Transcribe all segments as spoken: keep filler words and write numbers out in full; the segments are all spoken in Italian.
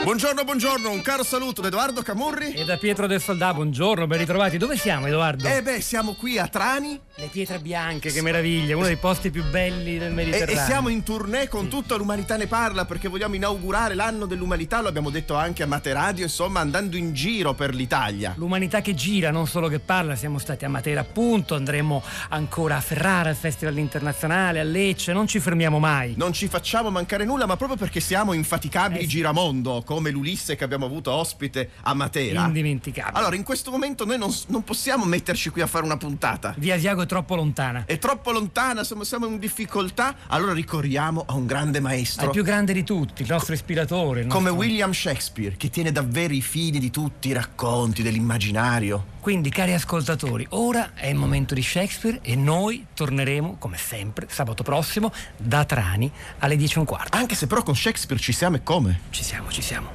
Buongiorno, buongiorno, un caro saluto da Edoardo Camurri e da Pietro del Soldà. Buongiorno, ben ritrovati. Dove siamo, Edoardo? Eh beh, siamo qui a Trani. Le Pietre Bianche, che meraviglia, uno dei posti più belli del Mediterraneo. E, e siamo in tournée con Tutta l'Umanità ne parla, perché vogliamo inaugurare l'anno dell'umanità, lo abbiamo detto anche a Materadio, insomma, andando in giro per l'Italia. L'umanità che gira, non solo che parla. Siamo stati a Matera, appunto, andremo ancora a Ferrara, al Festival Internazionale, a Lecce, non ci fermiamo mai. Non ci facciamo mancare nulla, ma proprio perché siamo infaticabili eh sì. giramondo, come l'Ulisse che abbiamo avuto ospite a Matera. Indimenticabile. Allora, in questo momento noi non, non possiamo metterci qui a fare una puntata. Via Asiago è troppo lontana. È troppo lontana, siamo, siamo in difficoltà, allora ricorriamo a un grande maestro. Al più grande di tutti, il nostro ispiratore. Il come nostro... William Shakespeare, che tiene davvero i fili di tutti i racconti dell'immaginario. Quindi, cari ascoltatori, ora è il momento di Shakespeare e noi torneremo, come sempre, sabato prossimo, da Trani alle dieci e un quarto. Anche se però con Shakespeare ci siamo e come? Ci siamo, ci siamo.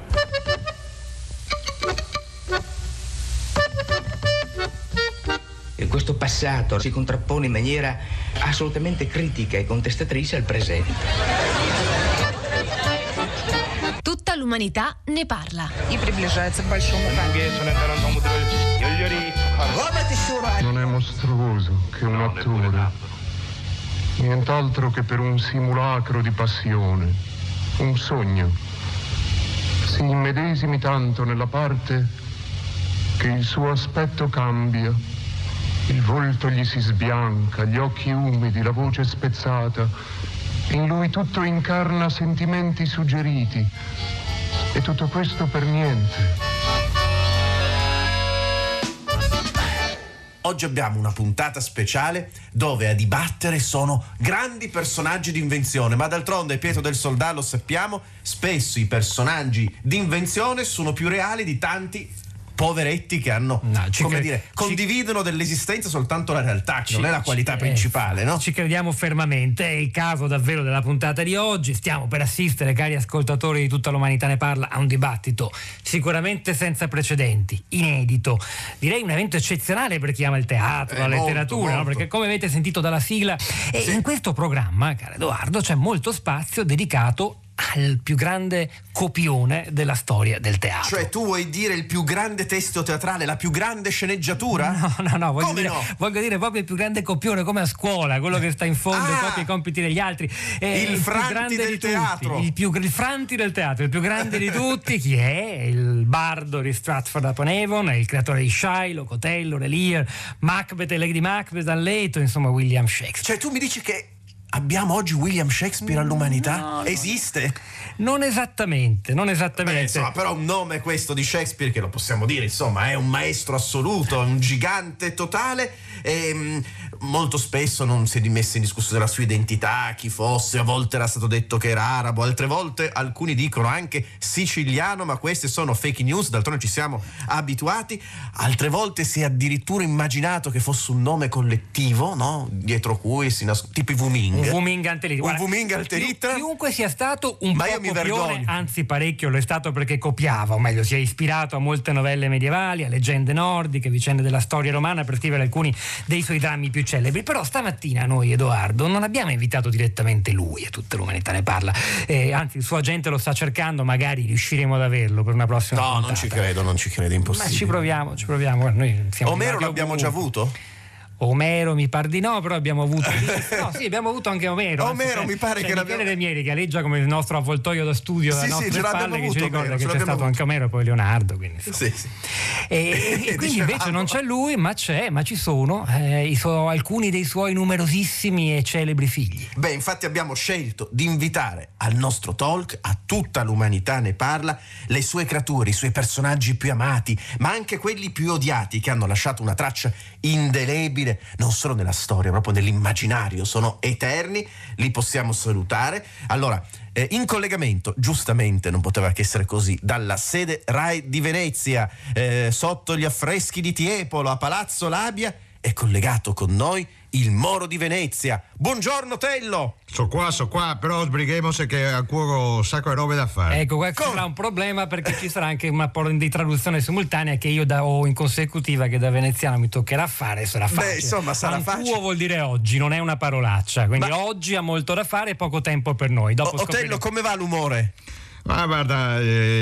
E questo passato si contrappone in maniera assolutamente critica e contestatrice al presente. Tutta l'umanità ne parla. И приближается к большому камню. Non è mostruoso che un attore, nient'altro che per un simulacro di passione, un sogno, si immedesimi tanto nella parte che il suo aspetto cambia, il volto gli si sbianca, gli occhi umidi, la voce spezzata. In lui tutto incarna sentimenti suggeriti, e tutto questo per niente. Oggi abbiamo una puntata speciale dove a dibattere sono grandi personaggi di invenzione, ma d'altronde, Pietro del Soldà, lo sappiamo, spesso i personaggi di invenzione sono più reali di tanti poveretti che hanno, no, come cre- dire, condividono ci... dell'esistenza soltanto la realtà, che ci, non è la qualità ci, principale, eh, no? Ci crediamo fermamente, è il caso davvero della puntata di oggi. Stiamo per assistere, cari ascoltatori di Tutta l'Umanità ne parla, a un dibattito sicuramente senza precedenti, inedito, direi un evento eccezionale per chi ama il teatro, eh, la molto, letteratura, molto. No? Perché come avete sentito dalla sigla, e sì. in questo programma, caro Edoardo, c'è molto spazio dedicato al più grande copione della storia del teatro. Cioè tu vuoi dire il più grande testo teatrale, la più grande sceneggiatura? No, no, no, voglio, come dire, no? voglio dire proprio il più grande copione, come a scuola, quello che sta in fondo e ah, copia i compiti degli altri. È il, il Franti più grande del di teatro. Tutti, il, più, il Franti del teatro, il più grande di tutti. Chi è? Il bardo di Stratford upon Avon, il creatore di Shylock, Otello, Lear, Macbeth e Lady Macbeth, Hamlet, insomma William Shakespeare. Cioè tu mi dici che abbiamo oggi William Shakespeare all'umanità? No, no. Esiste? Non esattamente, non esattamente. Beh, insomma, però un nome questo di Shakespeare, che lo possiamo dire, insomma, è un maestro assoluto, un gigante totale, e mh, molto spesso non si è messa in discussione la sua identità, chi fosse. A volte era stato detto che era arabo, altre volte alcuni dicono anche siciliano, ma queste sono fake news, d'altronde ci siamo abituati. Altre volte si è addirittura immaginato che fosse un nome collettivo, no? Dietro cui si nasconde, tipo i Wuming. Un Wuming Antelitra. Un Wuming Antelitra. Chiunque sia stato un Ma po' io mi copione, vergogno. anzi parecchio lo è stato, perché copiava, o meglio si è ispirato a molte novelle medievali, a leggende nordiche, vicende della storia romana, per scrivere alcuni dei suoi drammi più celebri. Però stamattina noi, Edoardo, non abbiamo invitato direttamente lui, e Tutta l'Umanità ne parla, eh, anzi il suo agente lo sta cercando, magari riusciremo ad averlo per una prossima No, puntata. non ci credo, non ci credo, è impossibile. Ma ci proviamo, ci proviamo. Guarda, noi siamo Omero arrivati l'abbiamo ovunque. già avuto? Omero mi par di no, però abbiamo avuto no, sì, abbiamo avuto anche Omero. Omero anzi, mi pare c'è che Michele l'abbiamo... De Mieri, che aleggia come il nostro avvoltoio da studio, Sì, da sì, nostre ce l'abbiamo spalle, che avuto, ci ricorda Omero, che ce c'è l'abbiamo stato anche Omero e poi Leonardo, quindi, Sì, sì. E, e quindi invece Dicevamo. non c'è lui, ma c'è, ma ci sono eh, i suo, alcuni dei suoi numerosissimi e celebri figli. Beh, infatti abbiamo scelto di invitare al nostro talk, a Tutta l'Umanità ne parla, le sue creature, i suoi personaggi più amati, ma anche quelli più odiati, che hanno lasciato una traccia indelebile non solo nella storia, proprio nell'immaginario, sono eterni. Li possiamo salutare. Allora, eh, in collegamento, giustamente non poteva che essere così, dalla sede Rai di Venezia, eh, sotto gli affreschi di Tiepolo, a Palazzo Labia, è collegato con noi il Moro di Venezia. Buongiorno Tello! So qua, so qua, però sbrighiamoci che ancora un sacco di robe da fare. Ecco, questo sarà un problema, perché ci sarà anche una po' di traduzione simultanea che io da, ho in consecutiva, che da veneziano mi toccherà fare, sarà facile. Beh, insomma, sarà Antuo facile. vuol dire oggi, non è una parolaccia, quindi Ma... oggi ha molto da fare e poco tempo per noi. Dopo o- Otello, come va l'umore? Ma guarda,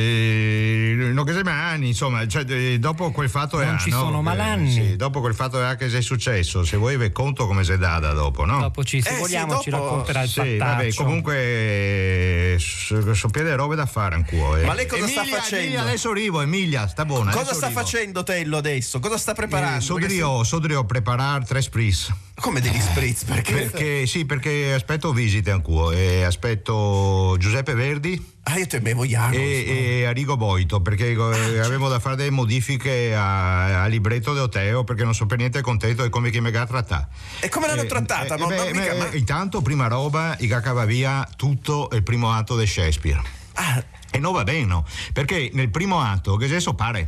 eh, non che sembra anni, insomma, cioè, eh, dopo quel fatto non è, ci no? sono malanni. Eh, sì, dopo quel fatto è che è successo, se vuoi ve conto come si è data dopo, no? Dopo ci, se Eh, vogliamo, sì, ci dopo- racconterà il Sì, fattaccio. vabbè, comunque eh, so, so piede robe da fare ancora. Eh. Ma lei cosa Emilia, sta facendo? Emilia, adesso arrivo, Emilia, sta buona. Cosa adesso sta arrivo. facendo Tello adesso? Cosa sta preparando? Eh, Perché Sodrio, Sodrio preparare tre spritz. se- Come degli spritz? Perché? Perché sì, perché aspetto visite ancora e aspetto Giuseppe Verdi Ah, io temevo Iago. e, e Arrigo Boito perché eh, avevo da fare delle modifiche a, a libretto di Oteo perché non so per niente contento di come che mi ha trattato. E come l'hanno trattata? Non- beh, non mica- beh, ma- Intanto prima roba i cacava via tutto il primo atto di Shakespeare Ah, e non va bene, no? Perché nel primo atto che adesso pare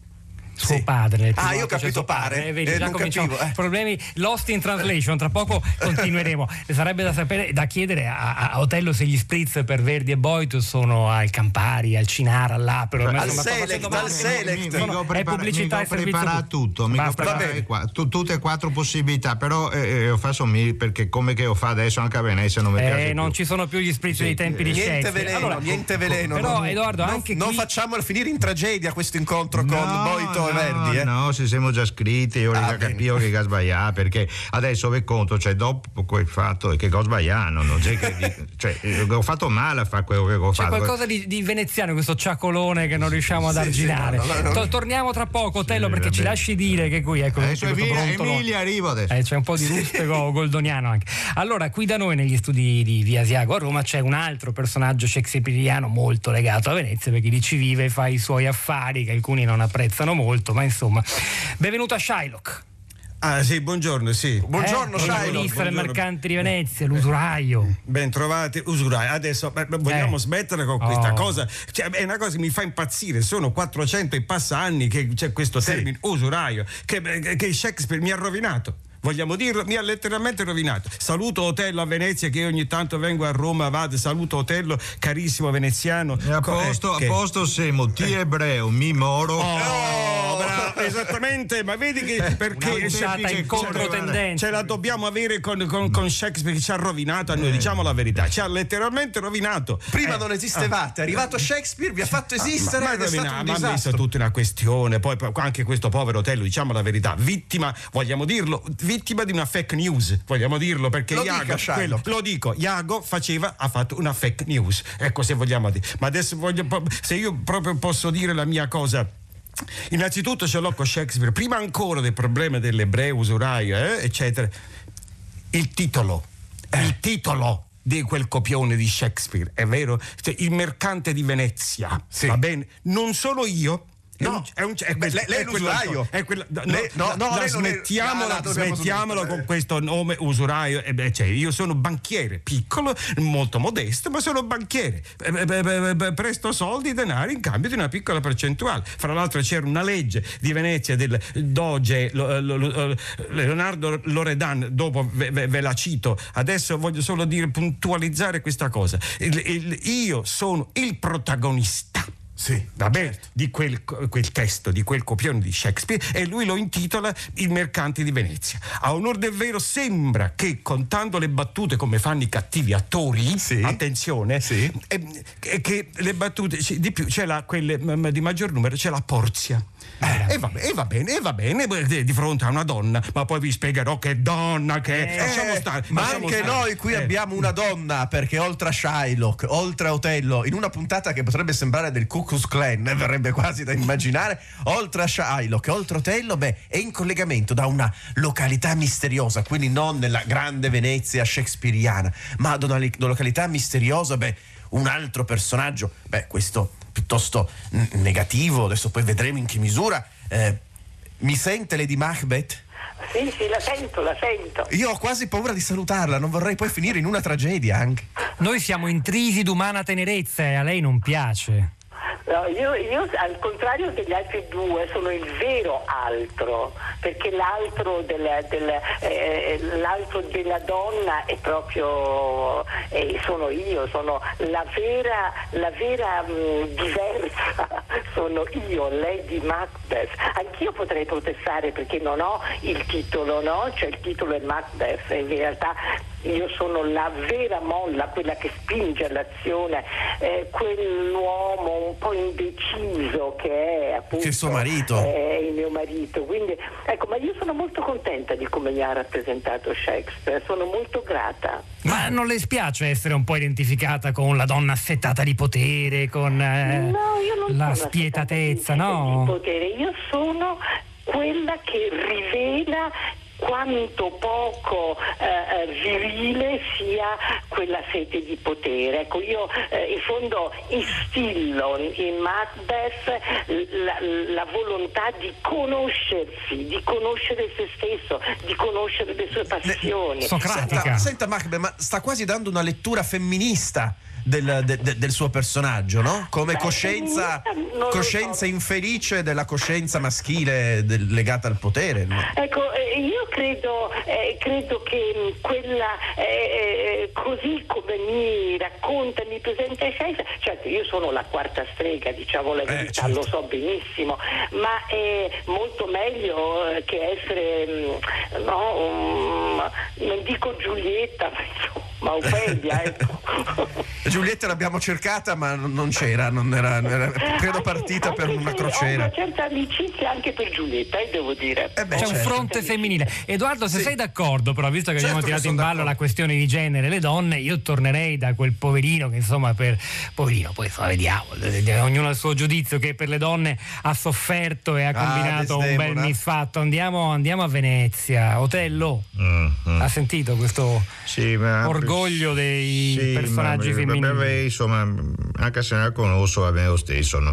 Suo sì. padre. nel Ah, primo io ho atto c'è capito suo padre, pare, eh, vedi, eh, già non cominciamo capivo, eh. problemi lost in translation. Tra poco continueremo. Sarebbe da sapere, da chiedere a, a Otello se gli spritz per Verdi e Boito sono al Campari, al Cinara, all'Apero. Al Insomma, sto Select, facendo al male. Select. Sono- Mi è prepara- pubblicità mi e servizio prepara pubblico. tutto, mi Basta. prepara qua, tu- tutte e quattro possibilità, però eh, eh, ho fatto mi perché come che ho fa adesso anche a Venezia non mi piace Eh, più. non ci sono più gli spritz dei tempi di Niente Shakespeare. veleno, Allora, niente veleno. Però non, Edoardo, non- anche non qui facciamolo finire in tragedia questo incontro con No, Boito e no, Verdi. Eh. No, ci siamo già scritti, io Ah, già bene. capivo che sbagliare perché adesso vi conto, cioè dopo quel fatto che ho sbagliato, non c'è che dico- cioè, eh, ho fatto male a fare quello che ho c'è fatto. qualcosa di, di veneziano, questo ciacolone che non riusciamo ad Sì, arginare. sì, no, no, no. To- torniamo tra poco, Tello, Sì, perché ci vabbè. lasci dire che qui ecco Adesso questo Emilia, brontolone. Emilia arrivo adesso. Eh, c'è un po' di rustego goldoniano anche. Allora, qui da noi negli studi di Via Asiago a Roma c'è un altro personaggio shakespeariano molto legato a Venezia, perché lì ci vive e fa i suoi affari che alcuni non apprezzano molto, ma insomma. Benvenuto a Shylock. Ah sì, buongiorno, sì. Buongiorno, eh, Shylock. protagonista del buongiorno. mercante di Venezia, l'usuraio. Ben trovati, usuraio. Adesso beh, vogliamo Eh. smettere con questa Oh. cosa? Cioè, è una cosa che mi fa impazzire. Sono quattrocento e passa anni che c'è questo termine usuraio che, che Shakespeare mi ha rovinato. Vogliamo dirlo? Mi ha letteralmente rovinato. Saluto Otello a Venezia, che io ogni tanto vengo a Roma, vado, saluto Otello, carissimo veneziano. E a posto, Eh, a posto siamo, ti ebreo, mi moro. Oh, bravo, esattamente, ma vedi che perché Una puntata in controtendenza. ce la dobbiamo avere con, con, con Shakespeare che ci ha rovinato a noi, diciamo la verità, ci ha letteralmente rovinato. Prima Eh, non esistevate, è arrivato Shakespeare, vi ha fatto esistere ma, ed ma, è stato ma, un ma ha messo disastro. tutta una questione, poi, poi anche questo povero Otello, diciamo la verità, vittima, vogliamo dirlo, vittima di una fake news, vogliamo dirlo, perché Lo Iago, dica, Shylock. quello- lo dico, Iago faceva, ha fatto una fake news, ecco, se vogliamo dire. Ma adesso voglio, se io proprio posso dire la mia cosa. Innanzitutto ce l'ho con Shakespeare, prima ancora del problema dell'ebreo, usuraio, eh, eccetera. Il titolo, il titolo di quel copione di Shakespeare, è vero? Cioè, il mercante di Venezia, Sì. va bene? Non sono io. È No. un- è un- è Beh, questo- lei- lei è quello- l'usuraio. è quella- no, Lei- no, la- no, la lei non è- smettiamola, Ah, la dobbiamo smettiamola smettere. con questo nome usuraio. Eh beh, cioè, io sono banchiere, piccolo, molto modesto, ma sono banchiere. Eh, beh, beh, beh, beh, presto soldi, denari in cambio di una piccola percentuale. Fra l'altro c'era una legge di Venezia del doge lo- lo- lo- Leonardo Loredan, dopo ve, ve- ve la cito. Adesso voglio solo dire, puntualizzare questa cosa. Il- il- io sono il protagonista. Sì, Va bene, di quel, quel testo, di quel copione di Shakespeare, e lui lo intitola Il mercante di Venezia. A onor del vero sembra che, contando le battute come fanno i cattivi attori, Sì. attenzione, Sì. eh, eh, che le battute c- di più c'è la, quelle m- di maggior numero, c'è la Porzia. E va, e va bene, e va bene, beh, di fronte a una donna, ma poi vi spiegherò che donna che è. Eh, Lasciamo stare. ma lasciamo anche stare. noi qui Eh. abbiamo una donna, perché oltre a Shylock, oltre a Otello, in una puntata che potrebbe sembrare del Ku Klux Klan, eh, verrebbe quasi da immaginare, oltre a Shylock e oltre a Otello, beh, è in collegamento da una località misteriosa, quindi non nella grande Venezia shakespeariana, ma da una, li- una località misteriosa, beh, un altro personaggio, beh, questo piuttosto n- negativo, adesso poi vedremo in che misura. Eh, mi sente Lady Macbeth? Sì, sì, la sento, la sento. Io ho quasi paura di salutarla, non vorrei poi finire in una tragedia anche. Noi siamo intrisi d'umana tenerezza e a lei non piace. No, io, io, al contrario degli altri due, sono il vero altro, perché l'altro, del, del, eh, l'altro della donna è proprio, eh, sono io, sono la vera, la vera mh, diversa, sono io, Lady Macbeth. Anch'io potrei protestare perché non ho il titolo, no? Cioè il titolo è Macbeth, in realtà io sono la vera molla, quella che spinge all'azione, eh, quell'uomo un po' indeciso che è appunto che suo marito è il mio marito. Quindi ecco, ma io sono molto contenta di come mi ha rappresentato Shakespeare, sono molto grata. Ma non le spiace essere un po' identificata con la donna assetata di potere, con eh, no, io non la sono spietatezza, di, no? di potere. Io sono quella che rivela quanto poco eh, virile sia quella sete di potere. Ecco, io eh, in fondo instillo in Macbeth la, la volontà di conoscersi, di conoscere se stesso, di conoscere le sue passioni. Senta, senta Macbeth, ma sta quasi dando una lettura femminista Del, de, de, del suo personaggio, no? Come Beh, coscienza coscienza so. infelice della coscienza maschile del, legata al potere, no? Ecco, eh, io credo eh, credo che quella eh, così come mi racconta, mi presenta Shakespeare, certo io sono la quarta strega, diciamo la verità, eh, certo. Lo so benissimo, ma è molto meglio che essere no, um, non dico Giulietta, ma insomma Ofelia, ecco. Giulietta l'abbiamo cercata ma non c'era, non era, era credo partita anche, per una crociera. Ho una certa amicizia anche per Giulietta, eh, devo dire. Eh beh, c'è certo. un fronte femminile. Edoardo, se sì. sei d'accordo, però, visto che certo abbiamo tirato in ballo d'accordo. la questione di genere, le donne, io tornerei da quel poverino che insomma per poverino, poi insomma, vediamo, ognuno ha il suo giudizio, che per le donne ha sofferto e ha combinato ah, un bel misfatto. Andiamo, andiamo a Venezia. Otello, mm-hmm. ha sentito questo sì, ma orgoglio dei sì, personaggi ma, femminili? Beh, insomma, anche se non la conosco a me lo stesso non,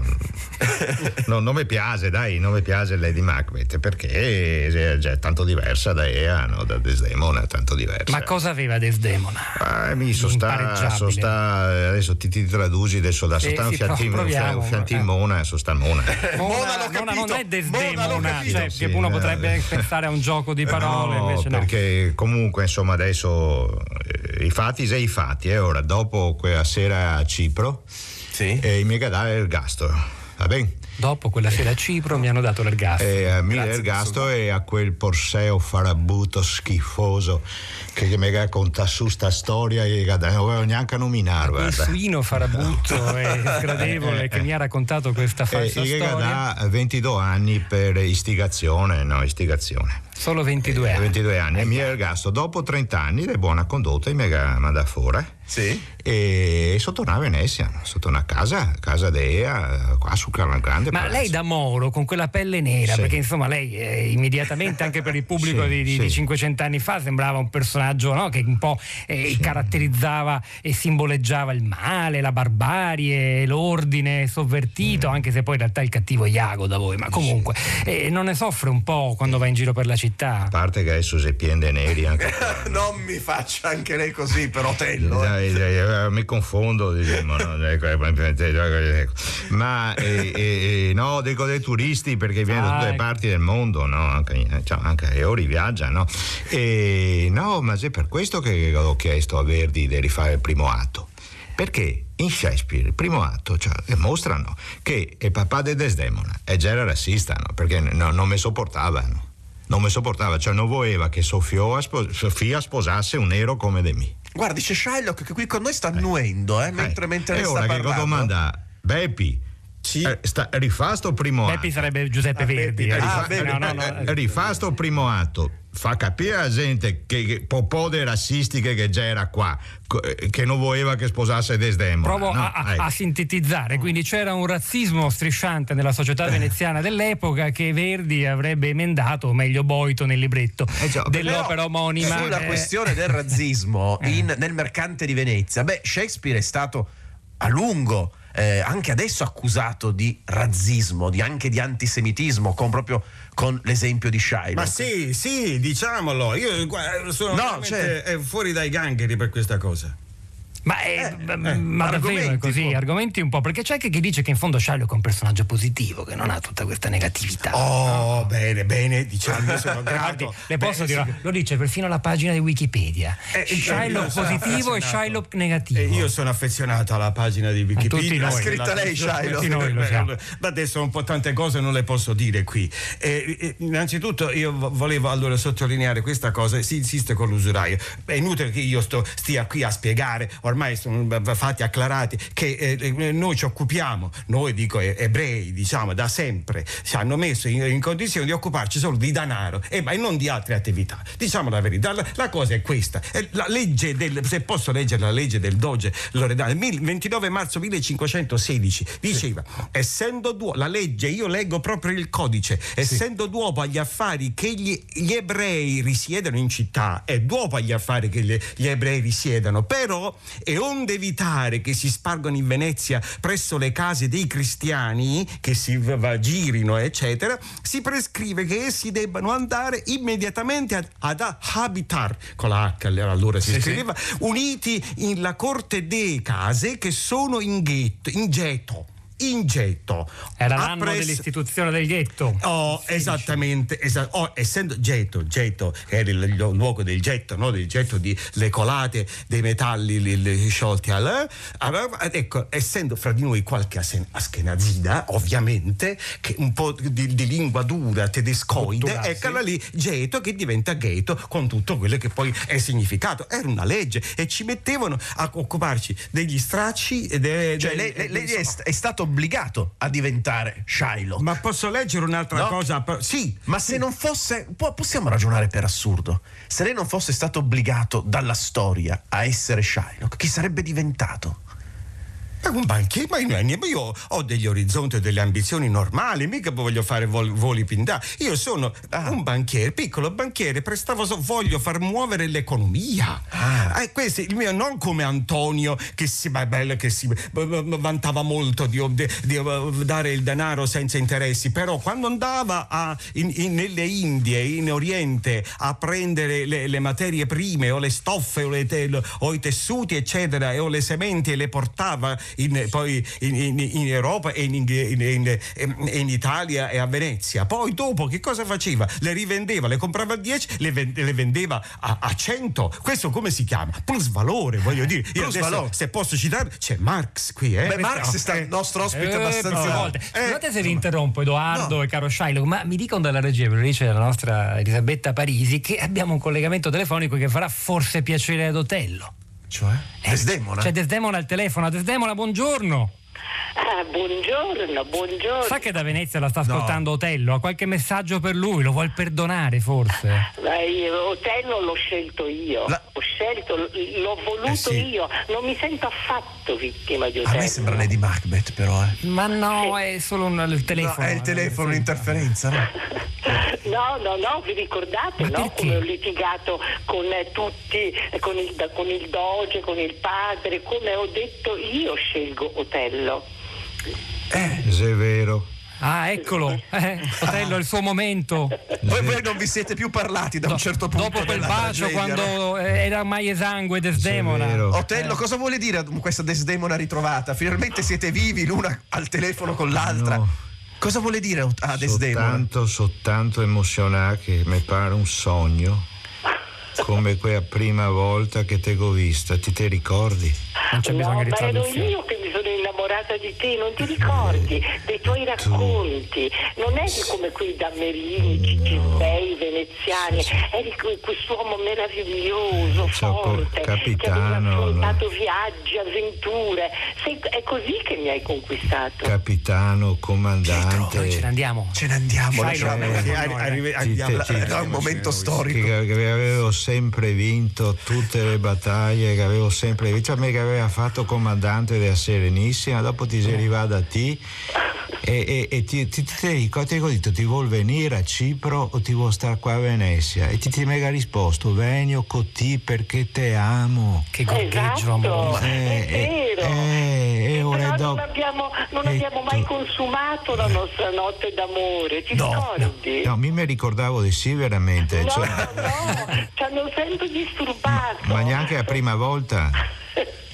no, non mi piace, dai, non mi piace Lady Macbeth perché è, è tanto diversa da Ea, no? Da Desdemona, tanto diversa. Ma cosa aveva Desdemona? Ah, mi so sta, so sta, adesso ti, ti traduci adesso da so sta sì, fiantin Mona, so sta Mona. Mona, Mona non è Desdemona, cioè, sì, che uno potrebbe pensare a un gioco di parole, no, invece no. Perché comunque insomma adesso eh, i fatti sei i fatti, eh, ora dopo quella sera a Cipro sì. eh, mi ha dato l'ergastolo, va bene? Dopo quella sera a Cipro mi hanno dato l'ergastolo. E a me l'ergastolo e a quel Porseo farabuto schifoso che mi racconta su sta storia e non volevo neanche nominare. Il suino farabutto e sgradevole che mi ha raccontato questa falsa e storia. E da ventidue anni per istigazione, no, istigazione. Solo ventidue eh, anni. ventidue anni. E mi è ergasto dopo trenta anni di buona condotta e mi ha mandato fuori. Sì. E sono tornato a Venezia, sono tornato a casa, casa di Ea, qua su Carla Grande. Ma lei da Moro, con quella pelle nera, sì. perché insomma lei eh, immediatamente anche per il pubblico sì, di, di, sì. di cinquecento anni fa sembrava un personaggio, no, che un po' eh, sì. caratterizzava e simboleggiava il male, la barbarie, l'ordine sovvertito, mm. anche se poi in realtà il cattivo è Iago da voi, ma comunque sì. eh, non ne soffre un po' quando va in giro per la città? A parte che adesso si piende neri anche non mi faccia anche lei così per Otello. Eh. Eh, mi confondo, diciamo, no? Ma eh, eh, no, dico dei turisti perché viene da tutte le parti del mondo, no? Anche, cioè, anche ora viaggiano. E no, ma è per questo che ho chiesto a Verdi di rifare il primo atto. Perché in Shakespeare il primo atto cioè, mostrano che il papà di Desdemona è già razzista, no? Perché no, non mi sopportavano. Non mi sopportava, cioè non voleva che Sofia, spos- Sofia sposasse un nero come di me. Guardi, c'è Shylock che qui con noi sta annuendo, eh, mentre, eh. mentre e ne ora sta che parlando. Domanda, Beppi, sì. eh, sta, rifà sto primo Beppi atto. sarebbe Giuseppe ah, Verdi. Beppi, eh. rifà, ah, no, no, no. Eh, rifà sto primo atto, fa capire alla gente che, che popò dei rassistiche che già era qua, che non voleva che sposasse Desdemona. Provo no? a, a, a sintetizzare, quindi c'era un razzismo strisciante nella società veneziana dell'epoca che Verdi avrebbe emendato, o meglio Boito nel libretto eh già, dell'opera omonima. Sulla eh, questione del razzismo in, nel Mercante di Venezia, beh, Shakespeare è stato a lungo Eh, anche adesso accusato di razzismo, di, anche di antisemitismo, con proprio con l'esempio di Shylock. Ma sì, sì, diciamolo. Io guarda, sono no, veramente cioè... fuori dai gangheri per questa cosa. Ma, è, Eh, ma, eh, ma davvero è così? argomenti, Argomenti un po', perché c'è anche chi dice che in fondo Shylock è un personaggio positivo, che non ha tutta questa negatività. Oh, bene, bene, diciamo, io sono Guardi, grato. le posso Beh, dire, sì. lo dice perfino la pagina di Wikipedia. Eh, Shylock io sono positivo e affezionato. Shylock negativo. Eh, io sono affezionato alla pagina di Wikipedia. tutti noi. L'ha scritta lei, Shylock. Tutti noi lo siamo. Ma adesso un po' tante cose non le posso dire qui. Eh, eh, innanzitutto io vo- volevo allora sottolineare questa cosa, si insiste con l'usuraio. È inutile che io sto, stia qui a spiegare, ormai sono b- fatti acclarati, che eh, noi ci occupiamo, noi dico eh, ebrei, diciamo, da sempre ci hanno messo in, in condizione di occuparci solo di denaro e, ma, e non di altre attività. Diciamo la verità, la, la cosa è questa. Eh, La legge del, se posso leggere la legge del Doge Loredano, il ventinove marzo millecinquecentosedici diceva, sì. essendo duo, la legge, io leggo proprio il codice, sì. essendo d'uopo agli affari che gli, gli ebrei risiedano in città, è d'uopo agli affari che gli, gli ebrei risiedano, però è onde evitare che si spargano in Venezia presso le case dei cristiani, che si va, girino eccetera, si prescrive che essi debbano andare immediatamente ad, ad habitar, con la H allora si sì, scriveva, sì. uniti in la corte dei case che sono in ghetto, in getto. In getto. Era l'anno Appres- dell'istituzione del ghetto. Oh, esattamente, esa- oh, essendo getto, getto era il, il luogo del getto, no? Del getto di le colate dei metalli li, li sciolti al, allora, ecco, essendo fra di noi qualche asen- aschenazida, ovviamente, che un po' di, di lingua dura tedescoide, Culturale, eccola sì. lì, getto che diventa ghetto con tutto quello che poi è significato. Era una legge e ci mettevano a occuparci degli stracci. De, Cioè, de- lei, lei- lei insomma. è, st- è stato obbligato a diventare Shylock. Ma posso leggere un'altra No? cosa? Sì. Ma se non fosse, può- possiamo ragionare per assurdo, se lei non fosse stato obbligato dalla storia a essere Shylock, chi sarebbe diventato? È un banchiere, ma io ho degli orizzonti e delle ambizioni normali, mica voglio fare vol- voli pindà. Io sono Ah. un banchiere, piccolo banchiere, prestavo so- voglio far muovere l'economia. Ah. Eh, questo è il mio, non come Antonio che si, ma è bello, che si b- b- vantava molto di, di, di uh, dare il denaro senza interessi, però quando andava a, in, in, nelle Indie, in Oriente, a prendere le, le materie prime o le stoffe o, le te- o i tessuti eccetera e o le sementi e le portava in, poi in, in, in Europa e in, in, in, in Italia e a Venezia. Poi dopo che cosa faceva? Le rivendeva, le comprava a dieci, le, vende, le vendeva a, a cento. Questo come si chiama? Plus valore, voglio dire. Io Plus adesso, valore. se posso citare, c'è Marx qui, eh? Beh, Marx è stato Eh, il nostro ospite Eh, abbastanza più volte. Eh, Scusate se vi interrompo, Edoardo no. e caro Shylock, ma mi dicono dalla regia, ve lo dice la nostra Elisabetta Parisi, che abbiamo un collegamento telefonico che farà forse piacere ad Otello. Cioè? Eh, Desdemona? C'è Desdemona al telefono. Desdemona, buongiorno. Ah, buongiorno, buongiorno. Sa che da Venezia la sta ascoltando Otello? Ha qualche messaggio per lui? Lo vuol perdonare forse? Ma io, Otello l'ho scelto io, La- ho scelto, l'ho voluto Eh sì. io, non mi sento affatto vittima di Otello. A me sembra Lady Macbeth, però, eh. Ma no, è solo un, il telefono. No, è il telefono, Sì. un'interferenza, no? No, no, no, vi ricordate, Ma no? perché? Come ho litigato con eh, tutti, eh, con il, con il doge, con il padre, come ho detto io scelgo Otello. Eh, Se è vero. Ah, eccolo. Eh, Otello, è il suo momento. voi, voi non vi siete più parlati da un certo punto. Dopo quel della bacio, tragedia, no? quando eh, era ormai esangue Desdemona. Se è vero. Otello, cosa vuole dire questa Desdemona ritrovata? Finalmente siete vivi l'una al telefono con l'altra. No. Cosa vuole dire a Desdemona? Soltanto, soltanto emozionare che mi pare un sogno, come quella prima volta che te l'ho vista, ti te ricordi? Non c'è No, bisogno di ma ero traduzione. io che mi sono innamorata di te, non ti ricordi dei tuoi racconti? Non eri come quei dammerini, cicibei veneziani, eri que- quest'uomo meraviglioso, So, po- forte, che aveva capitano, affrontato viaggi, avventure. Sei- è così che mi hai conquistato. Capitano, comandante. Noi ce ne andiamo. Ce ne andiamo, Shylock, lasciamo. eh, Sì, con arri- noi, arrive- eh. andiamo. Ci- ci- È un momento Che, storico. che avevo sempre vinto tutte le battaglie, che avevo sempre vinto, a me che aveva fatto comandante della Serenissima, dopo ti sei arrivato a te e, e, e ti, ti, ti, ti, ti ho detto ti vuol venire a Cipro o ti vuoi stare qua a Venezia e ti ti mega risposto venio con te perché te amo. Che gorgheggio Esatto, amoroso. è vero. eh, eh, ora Però dopo- non abbiamo, non eh, abbiamo mai tu- consumato la nostra notte d'amore, ti No, ricordi? No, mi mi ricordavo di sì veramente, No, cioè, no, ci hanno sempre disturbato. ma neanche la prima volta.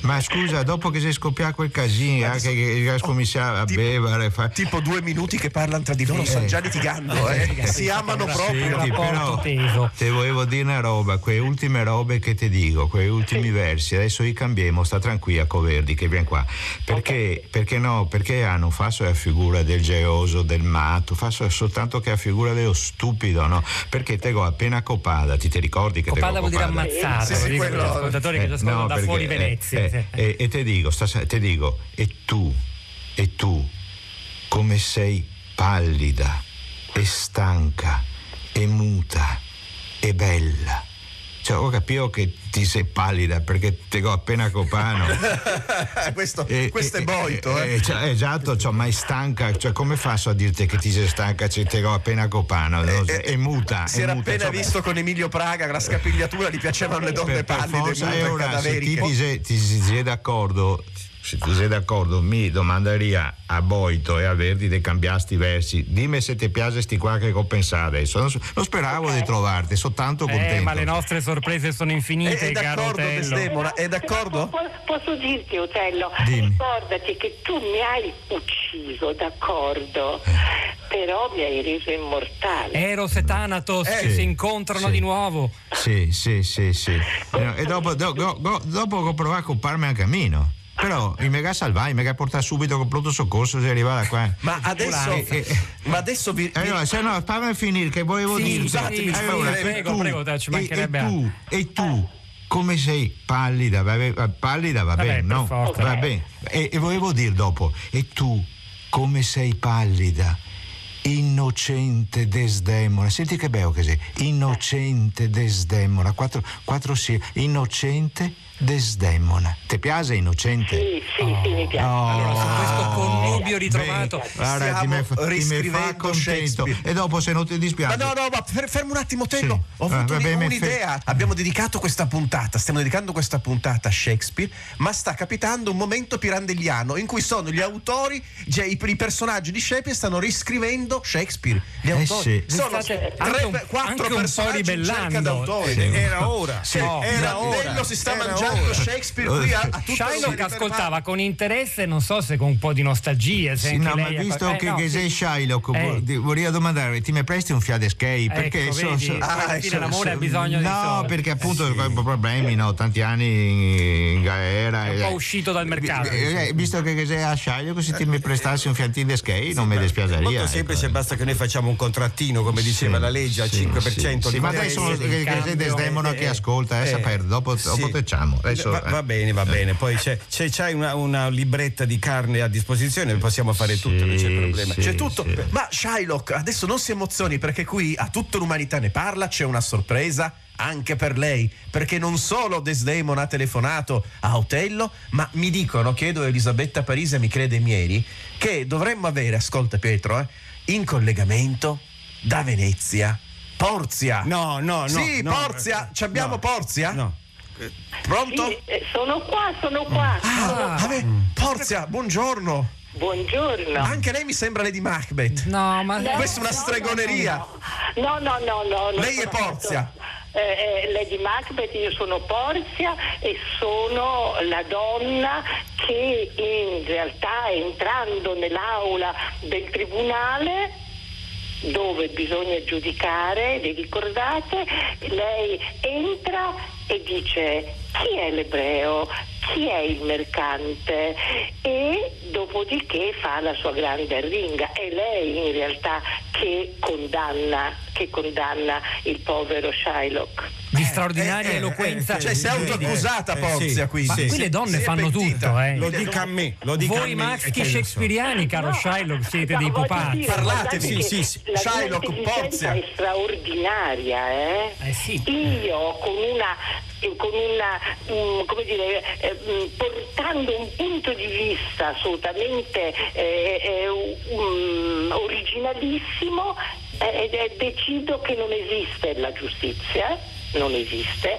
Ma scusa, dopo che si scoppia quel casino, anche che il commissario a bevere, fa... tipo due minuti che parlano tra di loro, stanno già litigando, eh. Si amano proprio. Senti, però, te volevo dire una roba, quelle ultime robe che ti dico, quei ultimi versi, adesso li cambiamo, sta tranquilla Coverdi che viene qua, perché, okay. perché no, perché ah, non fa solo la figura del geloso, del matto, fa soltanto che la figura dello stupido, no? Perché te go appena copada, ti, ti ricordi che copada te vuol dire ammazzato, sì, sì, sì, quello... gli ascoltatori eh, che ci ascoltano no, da perché, fuori Venezia. Eh, eh, eh, e te dico, sta, te dico, e tu, e tu, come sei pallida, e stanca, e muta, e bella. Cioè, ho capito che ti sei pallida perché te go appena copano. questo, e, questo e, è boito, e, eh. Cioè, esatto, cioè, ma è stanca, cioè come faccio a dirti che ti sei stanca se te go appena copano? No? E, è muta. Si è era muta, appena cioè, visto con Emilio Praga, la scapigliatura, gli piacevano le donne per, pallide, per forza, mute, ora, cadaveriche. Se ti, ti, ti, ti sei d'accordo, se ti sei d'accordo, mi domanderia a Boito e a Verdi di cambiasti i versi. Dimmi se ti piace sti qua che ho pensato adesso. Non, non speravo okay. di trovarti, sono tanto contento. Eh, ma le nostre sorprese sono infinite, è, è caro Otello. Desdemona, è d'accordo? Posso, posso dirti, Otello, Dimmi. Ricordati che tu mi hai ucciso, d'accordo? Eh. Però mi hai reso immortale. Eros e Thanatos eh, che sì, si incontrano sì. di nuovo. Sì, sì, sì, sì. E dopo, do, do, do, dopo ho provato a occuparmi anche a Mino. Però il mega salvai, il mega portare subito con pronto soccorso se arriva da qua. Ma adesso, eh, eh, ma adesso vi, vi... Allora, se no, fammi finire che volevo sì, dirti. Scusatemi, allora, prego, tu, prego, te, ci mancherebbe e, e tu, e tu come sei pallida, va bene, pallida va bene, no? Forza. Va bene. E, e volevo dire dopo, e tu come sei pallida, innocente Desdemona, senti che bello che sei, innocente Desdemona, quattro, quattro sì, innocente Desdemona. Ti piace innocente? Sì, sì, oh. sì, mi piace. Oh. Allora, su questo connubio ritrovato guarda, ti me, ti me fa contento. E dopo se non ti dispiace. Ma no, no, ma fer, fermo un attimo, Tello. Sì. Ho avuto ah, vabbè, un'idea. Fe... Abbiamo dedicato questa puntata, stiamo dedicando questa puntata a Shakespeare, ma sta capitando un momento pirandelliano in cui sono gli autori, cioè i, i personaggi di Shakespeare stanno riscrivendo Shakespeare. Gli autori eh sì. sono tre, un, quattro anche personaggi in cerca d'autori. Sì. Era ora. Sì. No, era ora. Si sta era mangiando ora. Shakespeare qui a, a tutto Shylock ascoltava con interesse, non so se con un po' di nostalgia. Se sì, anche no, lei ma visto eh, che, no, che sì. sei Shylock, eh. vorrei domandare, ti mi presti un Fiat Escape? Perché ecco, so, vedi, so, ah, so, l'amore ha bisogno no, di soldi. No, perché appunto eh, sì. problemi, no, tanti anni in galera. È un po' eh, uscito dal mercato. Eh, eh, visto che, che sei a Shylock, se ti mi prestassi un Fiat Escape sì, non mi dispiaceria. Molto semplice, ecco. Basta che noi facciamo un contrattino, come diceva sì, la legge, al sì, cinque per cento. Sì, sì, ma adesso che, che sei Desdemona eh, che ascolta, eh, eh, sapere, dopo, sì. dopo tecciamo. Adesso, va, va bene, va bene. Poi c'è, c'è, c'hai una, una libretta di carne a disposizione, possiamo fare sì, tutto, non c'è problema. Sì, c'è tutto. Sì. Ma Shylock, adesso non si emozioni perché qui a tutta l'umanità ne parla, c'è una sorpresa anche per lei, perché non solo Desdemona ha telefonato a Otello, ma mi dicono, chiedo a Elisabetta Parisi, mi crede Mieri, che dovremmo avere, ascolta Pietro, eh, in collegamento da Venezia Porzia. No, no, no. Sì, no, Porzia, ci abbiamo no, Porzia? No. Pronto? Sì, eh, sono qua, sono qua. Ah, sono vabbè, qua. Porzia, buongiorno. Buongiorno. Anche lei mi sembra Lady Macbeth. No, ma no, questa è una no, stregoneria. No, no, no, no. no lei è Porzia. Eh, eh, Lady Macbeth, io sono Porzia e sono la donna che in realtà entrando nell'aula del tribunale dove bisogna giudicare, vi ricordate, lei entra e dice chi è l'ebreo, chi è il mercante e dopodiché fa la sua grande arringa. È lei in realtà che condanna, che condanna il povero Shylock. Di straordinaria eh, eh, eloquenza. Eh, cioè si è autoaccusata eh, Porzia sì, qui. Ma sì, qui sì, le donne sì, fanno pentita. tutto, eh. Lo dica a me, lo dica Voi a me. maschi shakespeariani, caro no, Shylock, siete no, dei voglio pupazzi. dire, Parlatevi, guardate sì, che sì, la Shylock, mia intelligenza Porzia. è straordinaria, eh? Eh sì. Io con una con una um, come dire eh, portando un punto di vista assolutamente eh, eh, um, originalissimo eh, eh, decido che non esiste la giustizia, non esiste,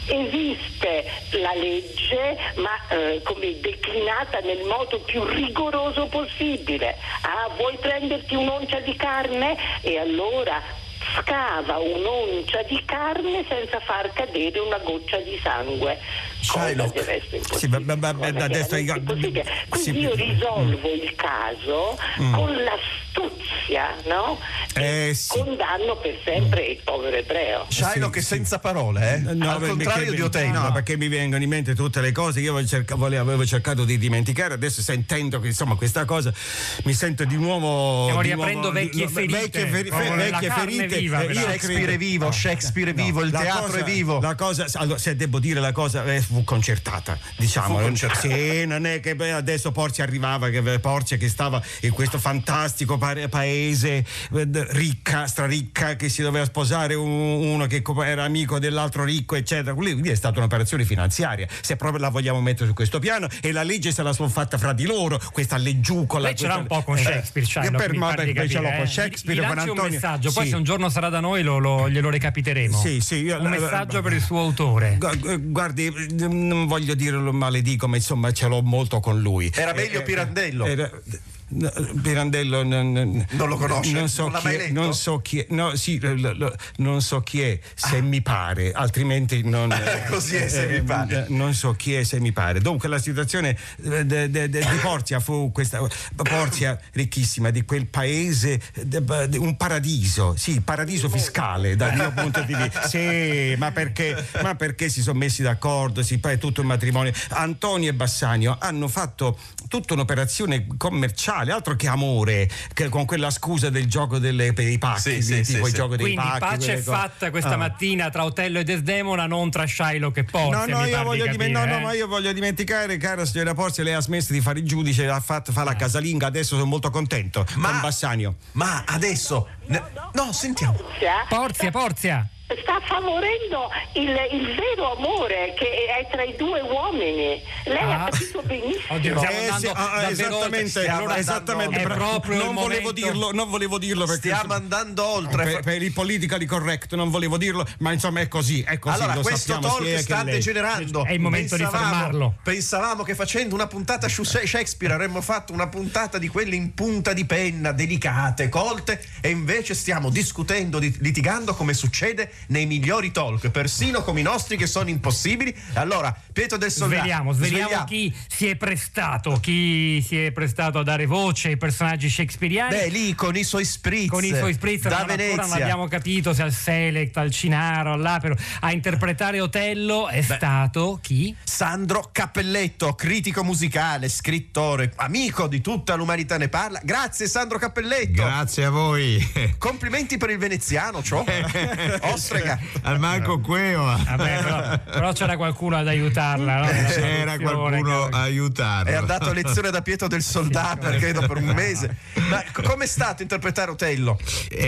esiste la legge ma eh, come declinata nel modo più rigoroso possibile. Ah, vuoi prenderti un'oncia di carne? E allora scava un'oncia di carne senza far cadere una goccia di sangue. Cosa deve essere impossibile? Sì, vabbè, vabbè, adesso io, quindi sì, io risolvo mm. il caso mm. con l'astuzia, no? Eh, e sì. condanno per sempre il povero ebreo. Shiloh che sì, senza parole, eh? No, al perché, contrario di Otello. No, perché mi vengono in mente tutte le cose che io avevo, cerca, avevo cercato di dimenticare, adesso sentendo che insomma questa cosa mi sento di nuovo stiamo di riaprendo nuovo, vecchie di, ferite, vecchie, feri, oh, vecchie ferite viva, eh, Shakespeare è vivo, Shakespeare è vivo, no, il teatro cosa, è vivo. La cosa, allora, se devo dire la cosa, eh, fu concertata, diciamo. Fu concertata. Sì, non è che beh, adesso Porzia arrivava, che Porzia che stava in questo fantastico pa- paese eh, ricca, straricca, che si doveva sposare un, uno che era amico dell'altro ricco, eccetera. Quindi è stata un'operazione finanziaria, se proprio la vogliamo mettere su questo piano, e la legge se la sono fatta fra di loro, questa leggiucola. Lei ce l'ha un po' con Shakespeare, cioè, eh, per, ma perché ce l'ho con eh. Shakespeare, gli con lanci Antonio. un messaggio, poi sì. se un giorno sarà da noi lo, lo, glielo recapiteremo. Sì, sì, io, un messaggio per il suo autore. Guardi, non voglio dirlo maledico, ma insomma ce l'ho molto con lui. Era meglio eh, Pirandello. Era, Pirandello non, non lo conosce, non so non l'ha chi mai è, letto? non so chi è, no, sì, lo, lo, non so chi è, se ah. mi pare, altrimenti non così è, se eh, mi pare. Non so chi è, se mi pare. Dunque la situazione de, de, de, de, di Porzia fu questa, Porzia ricchissima, di quel paese, de, de, un paradiso, sì, paradiso fiscale dal mio punto di vista. Sì, ma perché, ma perché si sono messi d'accordo, si fa tutto il matrimonio. Antonio e Bassanio hanno fatto tutta un'operazione commerciale, altro che amore, che con quella scusa del gioco delle, dei pacchi, sì, sì, tipo sì, il gioco sì. dei Quindi pacchi. pace è fatta questa ah. mattina tra Otello e Desdemona, non tra Shiloh che Porzia. No, no, io voglio capire, diment- eh? no, no, ma io voglio dimenticare, cara signora Porzia, lei ha smesso di fare il giudice, ha fatto fa la Ah. casalinga, adesso sono molto contento ma, con Bassanio. Ma adesso no, no, no sentiamo. Porzia, Porzia. Sta favorendo il, il vero amore che è tra i due uomini. Lei ah. ha capito benissimo. Oddio, stiamo Eh, andando sì, ah, davvero esattamente, oltre. allora, esattamente è proprio non il volevo momento. dirlo, non volevo dirlo perché Stiamo andando oltre. per, per il politically correct non volevo dirlo, ma insomma è così, è così. Allora, lo questo sappiamo, talk sia sta che lei. degenerando. È il momento pensavamo, di fermarlo. Pensavamo che facendo una puntata su Shakespeare avremmo fatto una puntata di quelle in punta di penna, delicate, colte, e invece stiamo discutendo, litigando come succede nei migliori talk, persino come i nostri che sono impossibili. Allora, Pietro del Soldato, sveliamo, sveliamo, sveliamo chi si è prestato, chi si è prestato a dare voce ai personaggi shakespeariani. Beh, lì con i suoi spritz, con i suoi spritz da non Venezia. Ancora non abbiamo capito se al Select, al Cinaro, all'Apero. A interpretare Otello è Beh, stato chi? Sandro Cappelletto, critico musicale, scrittore, amico di Tutta l'umanità ne parla. Grazie Sandro Cappelletto. Grazie a voi. Complimenti per il veneziano, ciò. Ostrega. Al manco queo. Vabbè, però, però c'era qualcuno ad aiutarla, no? C'era qualcuno a aiutarla. È andato a lezione da Pietro del Soldato, credo, per un mese. Ma com'è stato interpretare Otello?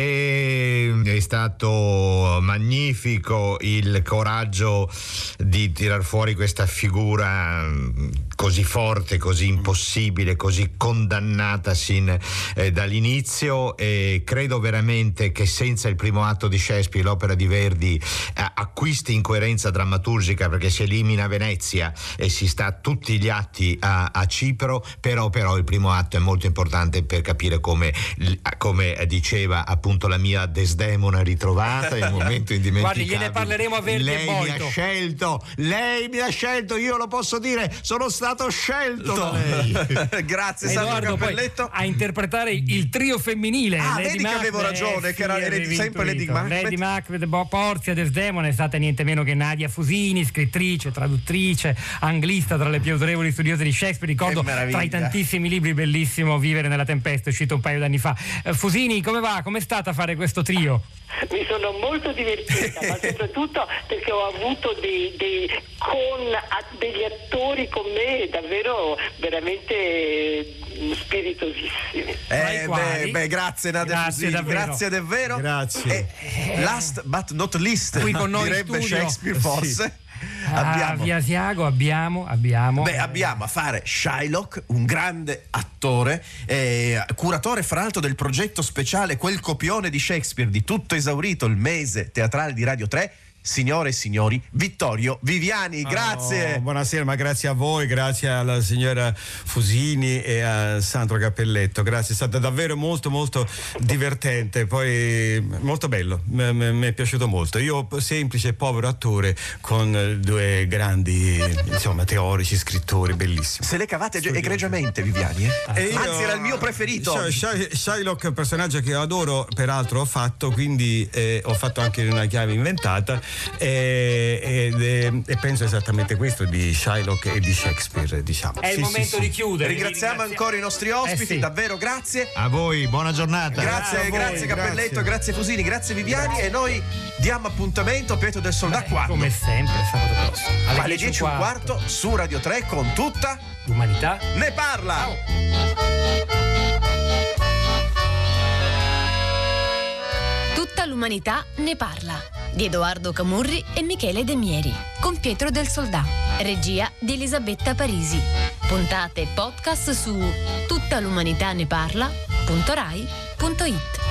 E è stato magnifico il coraggio di tirar fuori questa figura così forte, così impossibile, così condannata sin eh, dall'inizio, e credo veramente che senza il primo atto di Shakespeare l'opera di Verdi eh, acquisti incoerenza drammaturgica, perché si elimina Venezia e si sta tutti gli atti a, a Cipro, però, però il primo atto è molto importante per capire come, come diceva appunto la mia Desdemona ritrovata, il momento indimenticabile. Guardi, gliene parleremo a Verdi lei e Boito. mi ha scelto, lei mi ha scelto, io lo posso dire, sono stato scelto da lei. Grazie Edoardo, Sandro Cappelletto. A interpretare il trio femminile. Ah, Lady vedi che Macbeth, avevo ragione, eh, che era sì, Lady, sempre Lady Macbeth. Lady Macbeth, Porzia, Desdemona è stata niente meno che Nadia Fusini, scrittrice, traduttrice, anglista, tra le più autorevoli studiose di Shakespeare. Ricordo tra i tantissimi libri, bellissimo Vivere nella tempesta, uscito un paio d'anni fa. Uh, Fusini, come va? Com'è stata a fare questo trio? Mi sono molto divertita, ma soprattutto perché ho avuto dei, dei con a, degli attori con me davvero veramente spiritosissimi. Eh, beh, beh, grazie Nadia grazie Fusini, davvero. grazie davvero. Grazie. E last but not least, qui con noi direbbe Shakespeare forse. Sì. Abbiamo. Ah, via Asiago abbiamo, abbiamo. Beh, abbiamo a fare Shylock, un grande attore, eh, curatore fra l'altro del progetto speciale Quel copione di Shakespeare, di tutto esaurito, il mese teatrale di Radio tre. signore e signori, Vittorio Viviani. Grazie. Oh, buonasera, ma grazie a voi, grazie alla signora Fusini e a Sandro Cappelletto. Grazie, è stato davvero molto molto divertente, poi molto bello, mi è piaciuto molto. Io semplice povero attore con due grandi, insomma, teorici, scrittori, bellissimi. Se le cavate egregiamente, Viviani, eh? E Anzi, era il mio preferito. Shylock è un personaggio che io adoro, peraltro ho fatto, quindi eh, ho fatto anche una chiave inventata eh, ed, eh, e penso esattamente questo di Shylock e di Shakespeare, diciamo. È sì, il momento sì, di sì. chiudere. Ringraziamo ancora i nostri ospiti, eh sì. davvero grazie. A voi, buona giornata. Grazie, Grazie, grazie voi, Cappelletto, grazie. grazie Fusini, grazie Viviani, grazie. E noi diamo appuntamento a Pietro del Sol da quando? Come sempre, sabato prossimo. Alle, Alle dieci e un quarto su Radio tre con Tutta l'umanità ne parla. Ciao. Tutta l'umanità ne parla. Di Edoardo Camurri e Michele De Mieri. Con Pietro del Soldà. Regia di Elisabetta Parisi. Puntate e podcast su tuttalumanitaneparla punto rai punto it.